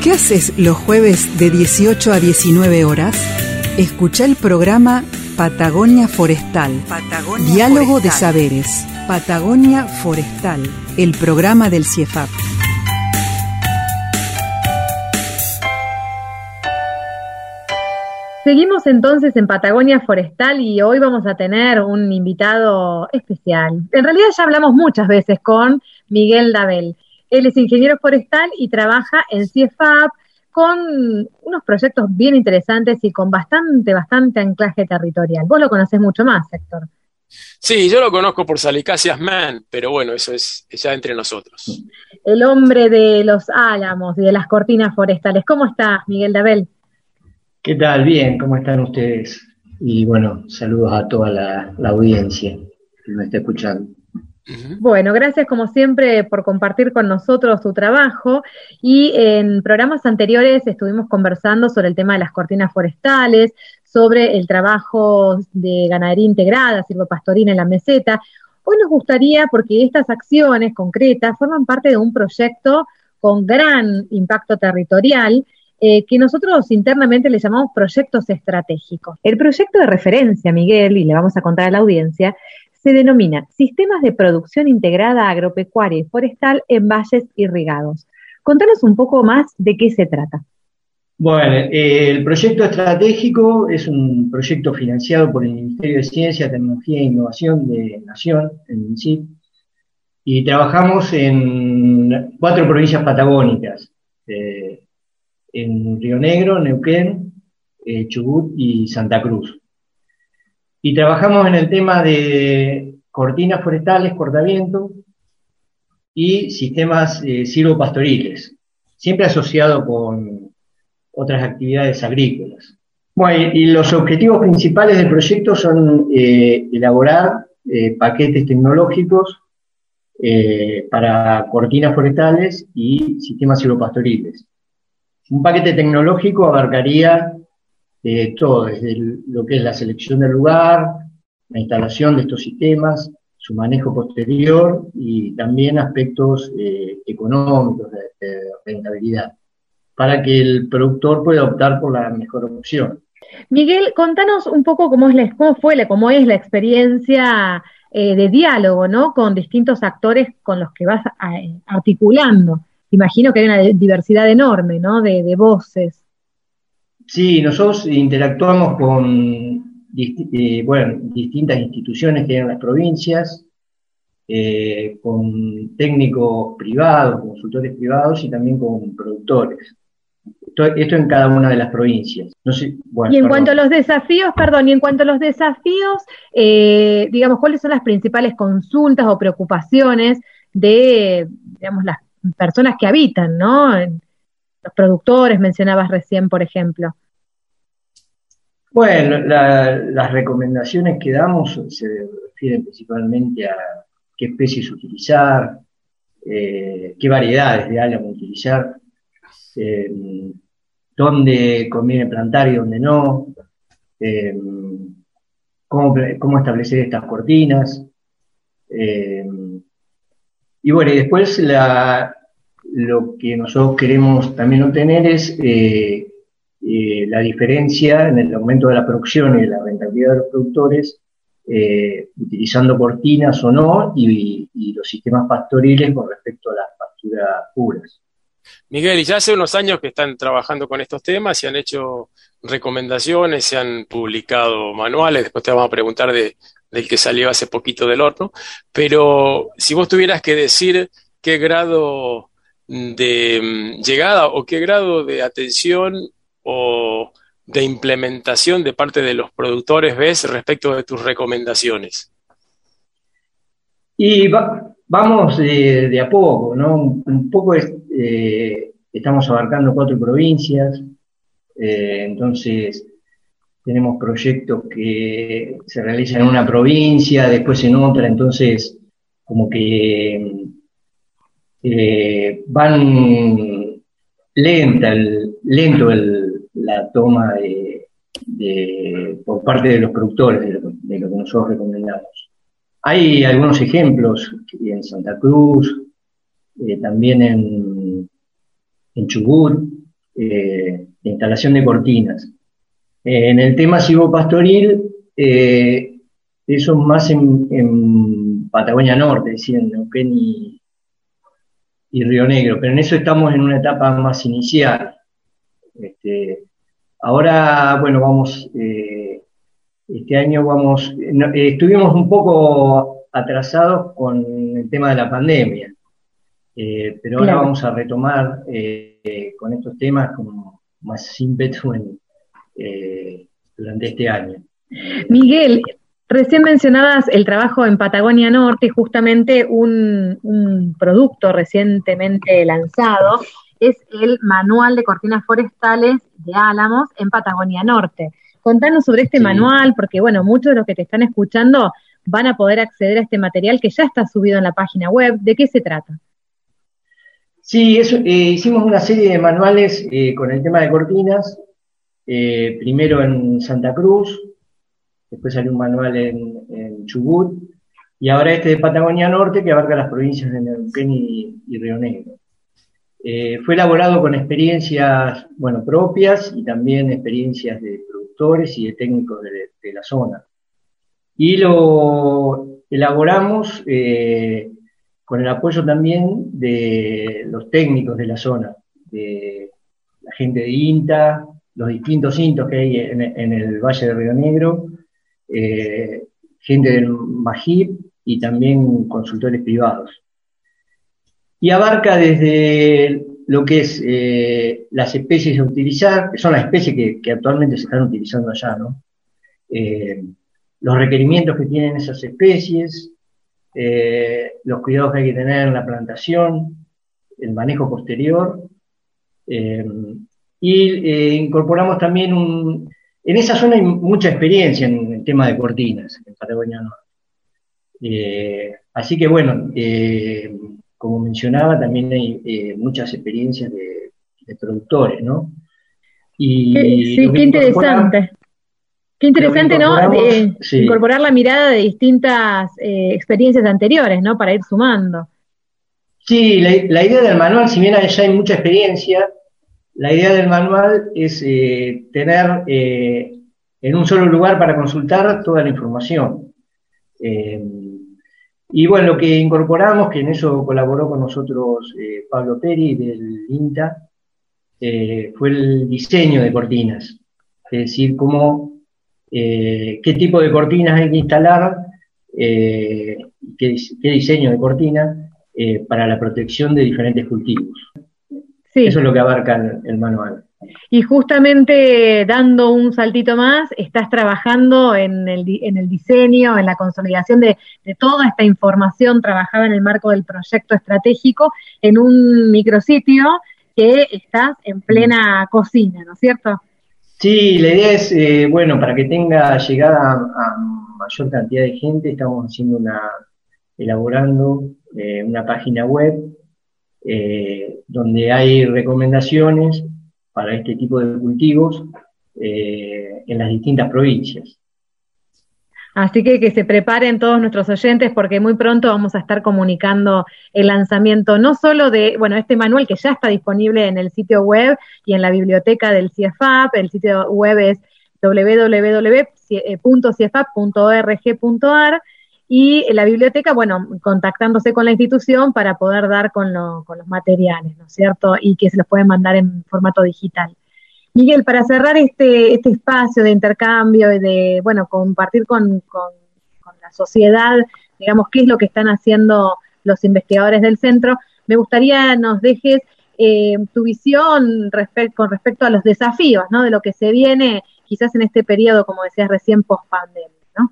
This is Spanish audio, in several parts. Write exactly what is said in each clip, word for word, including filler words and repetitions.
¿Qué haces los jueves de dieciocho a diecinueve horas? Escucha el programa Patagonia Forestal. Patagonia Diálogo Forestal. De saberes. Patagonia Forestal, el programa del CIEFAP. Seguimos entonces en Patagonia Forestal y hoy vamos a tener un invitado especial. En realidad ya hablamos muchas veces con Miguel Dabel. Él es ingeniero forestal y trabaja en CIEFAP con unos proyectos bien interesantes y con bastante, bastante anclaje territorial. Vos lo conocés mucho más, Héctor. Sí, yo lo conozco por Salicáceas Man, pero bueno, eso es ya entre nosotros. El hombre de los álamos y de las cortinas forestales. ¿Cómo estás, Miguel Dabel? ¿Qué tal? Bien, ¿cómo están ustedes? Y bueno, saludos a toda la, la audiencia que me está escuchando. Bueno, gracias como siempre por compartir con nosotros tu trabajo y en programas anteriores estuvimos conversando sobre el tema de las cortinas forestales, sobre el trabajo de ganadería integrada, silvopastorina en la meseta. Hoy nos gustaría, porque estas acciones concretas forman parte de un proyecto con gran impacto territorial, Eh, que nosotros internamente le llamamos proyectos estratégicos. El proyecto de referencia, Miguel, y le vamos a contar a la audiencia, se denomina Sistemas de Producción Integrada Agropecuaria y Forestal en Valles Irrigados. Contanos un poco más de qué se trata. Bueno, eh, el proyecto estratégico es un proyecto financiado por el Ministerio de Ciencia, Tecnología e Innovación de Nación, el MINCIP, y trabajamos en cuatro provincias patagónicas, eh, en Río Negro, Neuquén, eh, Chubut y Santa Cruz. Y trabajamos en el tema de cortinas forestales, cortaviento y sistemas eh, silvopastoriles, siempre asociado con otras actividades agrícolas. Bueno, y, y los objetivos principales del proyecto son eh, elaborar eh, paquetes tecnológicos eh, para cortinas forestales y sistemas silvopastoriles. Un paquete tecnológico abarcaría eh, todo, desde el, lo que es la selección del lugar, la instalación de estos sistemas, su manejo posterior y también aspectos eh, económicos de, de rentabilidad, para que el productor pueda optar por la mejor opción. Miguel, contanos un poco cómo, es la, cómo fue, la, cómo es la experiencia eh, de diálogo, ¿no?, con distintos actores con los que vas a, a, articulando. Imagino que hay una diversidad enorme, ¿no?, de, de voces. Sí, nosotros interactuamos con disti- eh, bueno, distintas instituciones que hay en las provincias, eh, con técnicos privados, consultores privados y también con productores. Esto, esto en cada una de las provincias. No sé, bueno, y en perdón. cuanto a los desafíos, perdón, y en cuanto a los desafíos, eh, digamos, ¿cuáles son las principales consultas o preocupaciones de, digamos, las personas que habitan, ¿no? Los productores, mencionabas recién, por ejemplo. Bueno, la, las recomendaciones que damos se refieren principalmente a qué especies utilizar, eh, qué variedades de álamo utilizar, eh, dónde conviene plantar y dónde no, eh, cómo, cómo establecer estas cortinas. Eh, y bueno, y después la, lo que nosotros queremos también obtener es eh, eh, la diferencia en el aumento de la producción y de la rentabilidad de los productores, eh, utilizando cortinas o no, y, y los sistemas pastoriles con respecto a las pasturas puras. Miguel, y ya hace unos años que están trabajando con estos temas, se han hecho recomendaciones, se han publicado manuales, después te vamos a preguntar de, del que salió hace poquito del horno, pero si vos tuvieras que decir qué grado de mm, llegada o qué grado de atención o de implementación de parte de los productores ves respecto de tus recomendaciones. Y va, vamos de, de a poco, ¿no? Un, un poco es, eh, estamos abarcando cuatro provincias, eh, entonces tenemos proyectos que se realizan en una provincia, después en otra, entonces como que eh, van lenta, el, lento el, la toma de, de, por parte de los productores de lo, de lo que nosotros recomendamos. Hay algunos ejemplos en Santa Cruz, eh, también en, en Chubut, eh, de instalación de cortinas. Eh, en el tema silvopastoril, eh, eso más en, en Patagonia Norte, es decir, en Neuquén y, y Río Negro, pero en eso estamos en una etapa más inicial. Este, ahora, bueno, vamos, eh, este año vamos, no, eh, estuvimos un poco atrasados con el tema de la pandemia, eh, pero ahora Claro. vamos a retomar eh, eh, con estos temas con más ímpetu en, eh, durante este año. Miguel, recién mencionabas el trabajo en Patagonia Norte y justamente un, un producto recientemente lanzado es el Manual de Cortinas Forestales de Álamos en Patagonia Norte. Contanos sobre este Sí. manual, porque bueno, muchos de los que te están escuchando van a poder acceder a este material que ya está subido en la página web. ¿De qué se trata? Sí, eso, eh, hicimos una serie de manuales eh, con el tema de cortinas, eh, primero en Santa Cruz, después salió un manual en, en Chubut, y ahora este de Patagonia Norte, que abarca las provincias de Neuquén y, y Río Negro. Eh, fue elaborado con experiencias, bueno, propias y también experiencias de productores y de técnicos de, de la zona. Y lo elaboramos eh, con el apoyo también de los técnicos de la zona, de la gente de INTA, los distintos INTOs que hay en, en el Valle de Río Negro, eh, gente del MAGIP y también consultores privados. Y abarca desde lo que es eh, las especies a utilizar, que son las especies que, que actualmente se están utilizando allá, ¿no? Eh, los requerimientos que tienen esas especies, eh, los cuidados que hay que tener en la plantación, el manejo posterior, eh, y eh, incorporamos también un... En esa zona hay mucha experiencia en el tema de cortinas, en Patagonia Norte. Eh, así que bueno, eh, como mencionaba, también hay eh, muchas experiencias de, de productores, ¿no? Y Sí, qué interesante. Qué interesante, ¿no? De, sí. Incorporar la mirada de distintas eh, experiencias anteriores, ¿no? Para ir sumando. Sí, la, la idea del manual, si bien ya hay mucha experiencia, la idea del manual es eh, tener eh, en un solo lugar para consultar toda la información. Eh, y bueno, lo que incorporamos, que en eso colaboró con nosotros eh, Pablo Peri del INTA, eh, fue el diseño de cortinas, es decir, cómo, eh, qué tipo de cortinas hay que instalar, eh, qué, qué diseño de cortina eh, para la protección de diferentes cultivos. Sí. Eso es lo que abarca el, el manual. Y justamente dando un saltito más, estás trabajando en el, en el diseño, en la consolidación de, de toda esta información trabajada en el marco del proyecto estratégico en un micrositio que estás en plena cocina, ¿no es cierto? Sí, la idea es, eh, bueno, para que tenga llegada a, a mayor cantidad de gente, estamos haciendo una, elaborando eh, una página web eh, donde hay recomendaciones para este tipo de cultivos eh, en las distintas provincias. Así que que se preparen todos nuestros oyentes porque muy pronto vamos a estar comunicando el lanzamiento no solo de, bueno, este manual que ya está disponible en el sitio web y en la biblioteca del C I E F A P, el sitio web es doble u doble u doble u punto c i e f a p punto org punto a r y la biblioteca, bueno, contactándose con la institución para poder dar con, lo, con los materiales, ¿no es cierto? Y que se los pueden mandar en formato digital. Miguel, para cerrar este, este espacio de intercambio y de, bueno, compartir con, con, con la sociedad, digamos, qué es lo que están haciendo los investigadores del centro, me gustaría nos dejes eh, tu visión respect, con respecto a los desafíos, ¿no? De lo que se viene quizás en este periodo, como decías recién, post-pandemia, ¿no?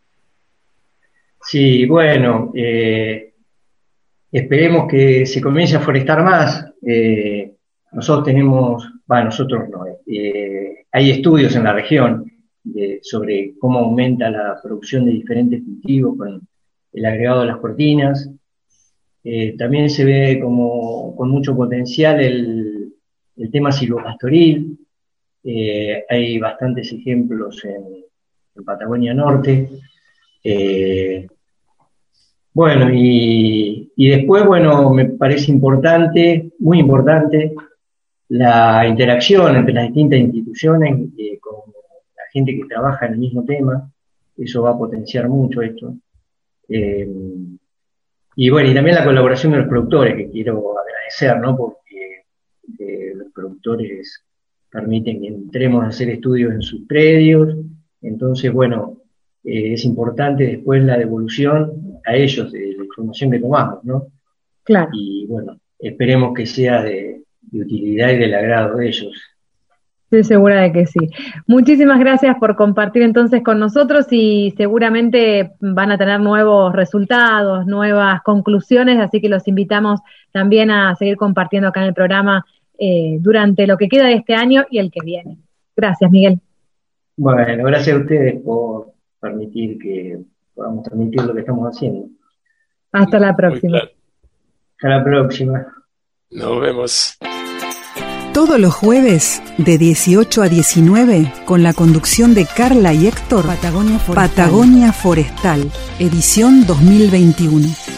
Sí, bueno, eh, esperemos que se comience a forestar más. Eh, nosotros tenemos, bueno, nosotros no, eh, hay estudios en la región de, sobre cómo aumenta la producción de diferentes cultivos con el agregado de las cortinas. Eh, también se ve como con mucho potencial el, el tema silvopastoril. Eh, hay bastantes ejemplos en, en Patagonia Norte. Eh, bueno, y, y después, bueno, me parece importante, muy importante, la interacción entre las distintas instituciones eh, con la gente que trabaja en el mismo tema. Eso va a potenciar mucho esto. Eh, y bueno, y también la colaboración de los productores, que quiero agradecer, ¿no? Porque eh, los productores permiten que entremos a hacer estudios en sus predios. Entonces, bueno, eh, es importante después la devolución a ellos de la información que tomamos, ¿no? Claro. Y bueno, esperemos que sea de, de utilidad y del agrado de ellos. Estoy segura de que sí. Muchísimas gracias por compartir entonces con nosotros y seguramente van a tener nuevos resultados, nuevas conclusiones, así que los invitamos también a seguir compartiendo acá en el programa eh, durante lo que queda de este año y el que viene. Gracias, Miguel. Bueno, gracias a ustedes por permitir que podamos transmitir lo que estamos haciendo. Hasta la próxima. Hasta la próxima. Nos vemos. Todos los jueves, de dieciocho a diecinueve, con la conducción de Carla y Héctor, Patagonia Forestal, Patagonia Forestal, edición dos mil veintiuno.